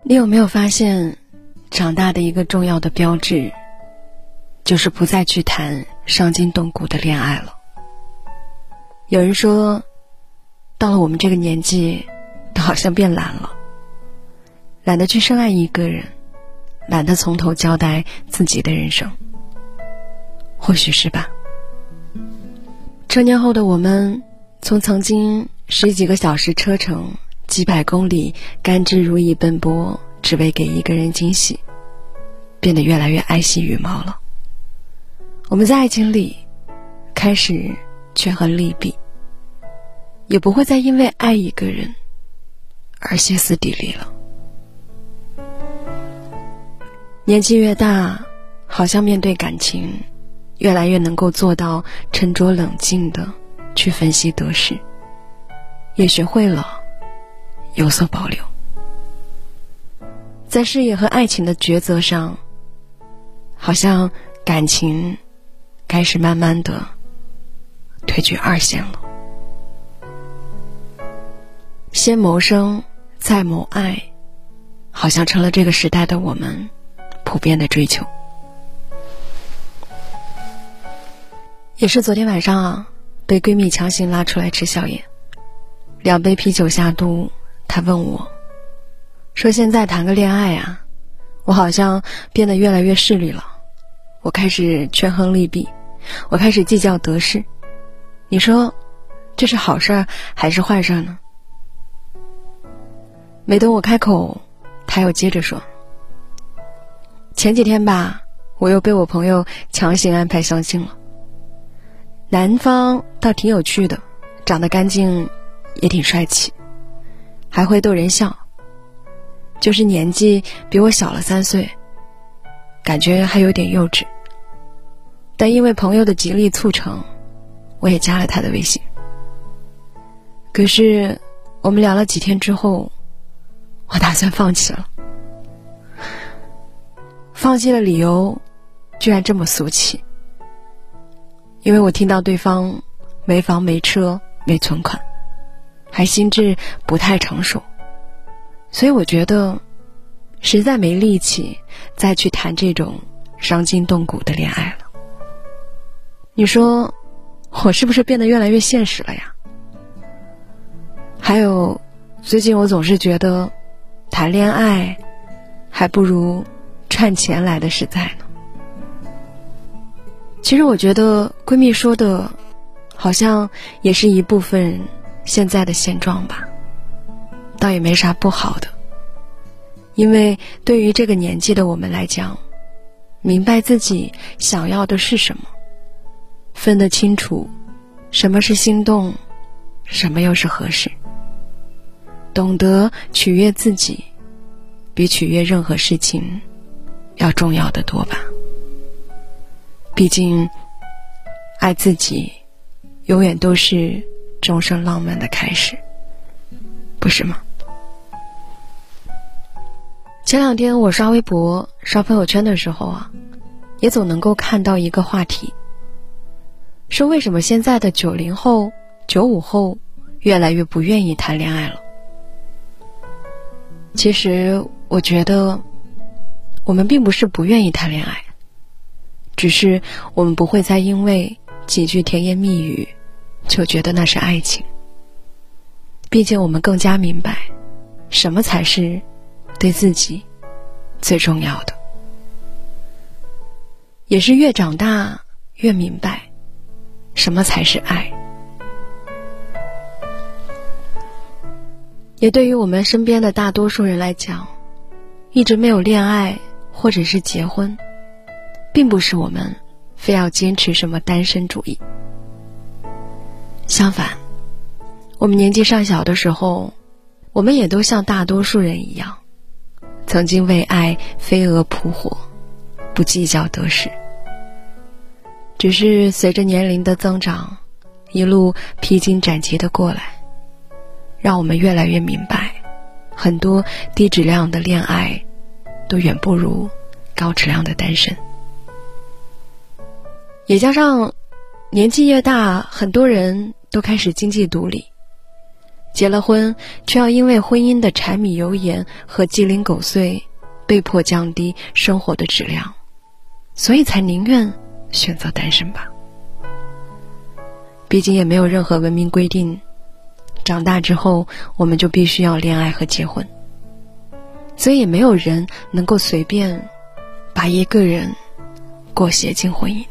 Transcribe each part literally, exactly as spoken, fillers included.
你有没有发现，长大的一个重要的标志，就是不再去谈伤筋动骨的恋爱了。有人说，到了我们这个年纪，都好像变懒了，懒得去深爱一个人，懒得从头交代自己的人生。或许是吧。成年后的我们，从曾经十几个小时车程，几百公里甘之如饴奔波，只为给一个人惊喜，变得越来越爱惜羽毛了。我们在爱情里开始权衡利弊，也不会再因为爱一个人而歇斯底里了。年纪越大，好像面对感情越来越能够做到沉着冷静的去分析得失，也学会了有所保留。在事业和爱情的抉择上，好像感情开始慢慢的退居二线了。先谋生再谋爱，好像成了这个时代的我们普遍的追求。也是昨天晚上啊，被闺蜜强行拉出来吃宵夜，两杯啤酒下肚，她问我说，现在谈个恋爱啊，我好像变得越来越势利了，我开始权衡利弊，我开始计较得失，你说这是好事还是坏事呢？没等我开口，她又接着说，前几天吧，我又被我朋友强行安排相亲了，男方倒挺有趣的，长得干净，也挺帅气，还会逗人笑，就是年纪比我小了三岁，感觉还有点幼稚。但因为朋友的极力促成，我也加了他的微信。可是我们聊了几天之后，我打算放弃了。放弃的理由居然这么俗气，因为我听到对方没房没车没存款，还心智不太成熟，所以我觉得实在没力气再去谈这种伤筋动骨的恋爱了。你说我是不是变得越来越现实了呀？还有，最近我总是觉得谈恋爱还不如赚钱来的实在呢。其实我觉得闺蜜说的好像也是一部分现在的现状吧，倒也没啥不好的。因为对于这个年纪的我们来讲，明白自己想要的是什么，分得清楚什么是心动，什么又是合适，懂得取悦自己，比取悦任何事情要重要的多吧。毕竟爱自己永远都是终生浪漫的开始，不是吗？前两天我刷微博刷朋友圈的时候啊，也总能够看到一个话题，说为什么现在的九零后九五后越来越不愿意谈恋爱了。其实我觉得我们并不是不愿意谈恋爱，只是我们不会再因为几句甜言蜜语就觉得那是爱情。毕竟我们更加明白什么才是对自己最重要的，也是越长大越明白什么才是爱。也对于我们身边的大多数人来讲，一直没有恋爱或者是结婚，并不是我们非要坚持什么单身主义。相反，我们年纪尚小的时候，我们也都像大多数人一样，曾经为爱飞蛾扑火，不计较得失。只是随着年龄的增长，一路披荆斩棘的过来，让我们越来越明白，很多低质量的恋爱都远不如高质量的单身。也加上年纪越大，很多人都开始经济独立， 结了婚却要因为婚姻的柴米油盐和鸡零狗碎被迫降低生活的质量，所以才宁愿选择单身吧。毕竟也没有任何文明规定长大之后我们就必须要恋爱和结婚，所以也没有人能够随便把一个人裹挟进婚姻。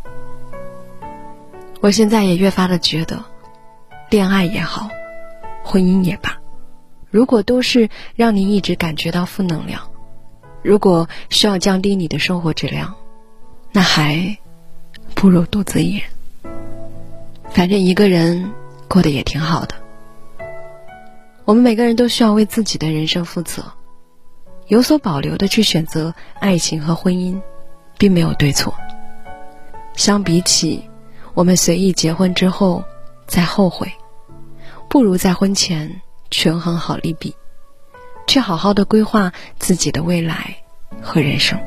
我现在也越发的觉得，恋爱也好，婚姻也罢，如果都是让你一直感觉到负能量，如果需要降低你的生活质量，那还不如独自一人。反正一个人过得也挺好的。我们每个人都需要为自己的人生负责，有所保留的去选择爱情和婚姻，并没有对错。相比起我们随意结婚之后再后悔，不如在婚前权衡好利弊，去好好的规划自己的未来和人生。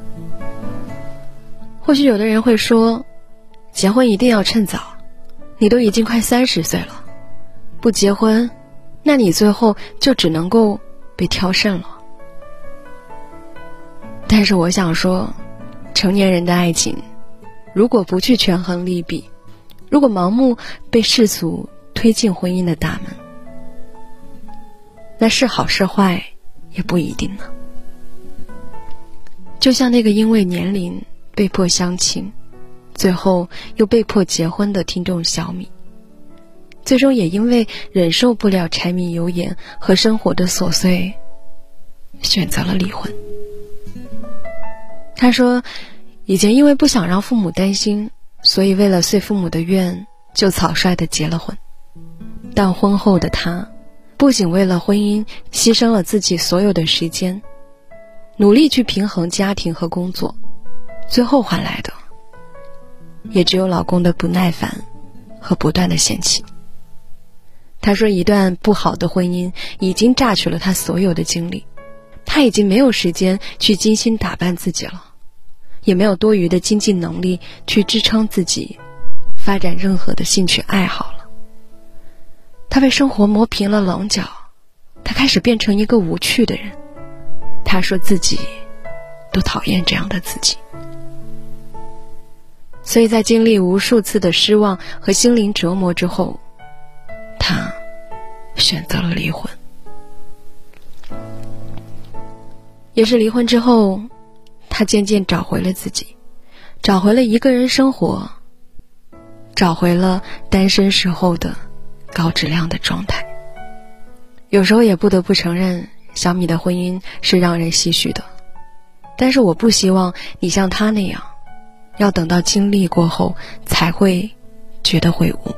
或许有的人会说，结婚一定要趁早，你都已经快三十岁了，不结婚，那你最后就只能够被挑剩了。但是我想说，成年人的爱情，如果不去权衡利弊，如果盲目被世俗推进婚姻的大门，那是好是坏也不一定呢。就像那个因为年龄被迫相亲，最后又被迫结婚的听众小米，最终也因为忍受不了柴米油盐和生活的琐碎，选择了离婚。他说，以前因为不想让父母担心，所以为了遂父母的愿，就草率地结了婚。但婚后的他，不仅为了婚姻牺牲了自己所有的时间，努力去平衡家庭和工作，最后换来的也只有老公的不耐烦和不断的嫌弃。他说，一段不好的婚姻已经榨取了他所有的精力，他已经没有时间去精心打扮自己了，也没有多余的经济能力去支撑自己发展任何的兴趣爱好了。他被生活磨平了棱角，他开始变成一个无趣的人。他说自己都讨厌这样的自己。所以在经历无数次的失望和心灵折磨之后，他选择了离婚。也是离婚之后，他渐渐找回了自己，找回了一个人生活，找回了单身时候的高质量的状态。有时候也不得不承认，小米的婚姻是让人唏嘘的，但是我不希望你像他那样，要等到经历过后才会觉得悔悟。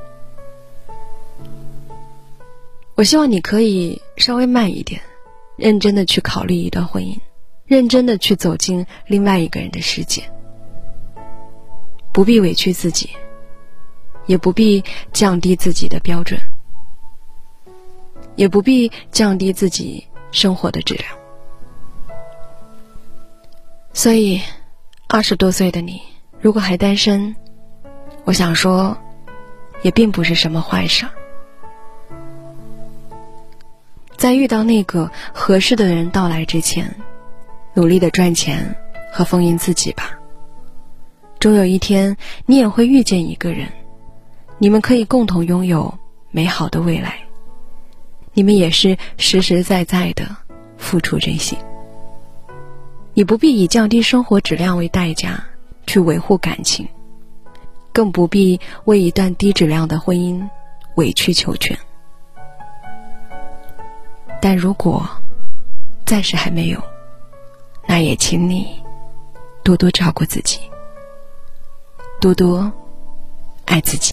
我希望你可以稍微慢一点，认真的去考虑一段婚姻，认真的去走进另外一个人的世界，不必委屈自己，也不必降低自己的标准，也不必降低自己生活的质量。所以二十多岁的你，如果还单身，我想说也并不是什么坏事。在遇到那个合适的人到来之前，努力的赚钱和丰盈自己吧。终有一天你也会遇见一个人，你们可以共同拥有美好的未来，你们也是实实在在的付出真心。你不必以降低生活质量为代价去维护感情，更不必为一段低质量的婚姻委曲求全。但如果暂时还没有，那也请你多多照顾自己，多多爱自己。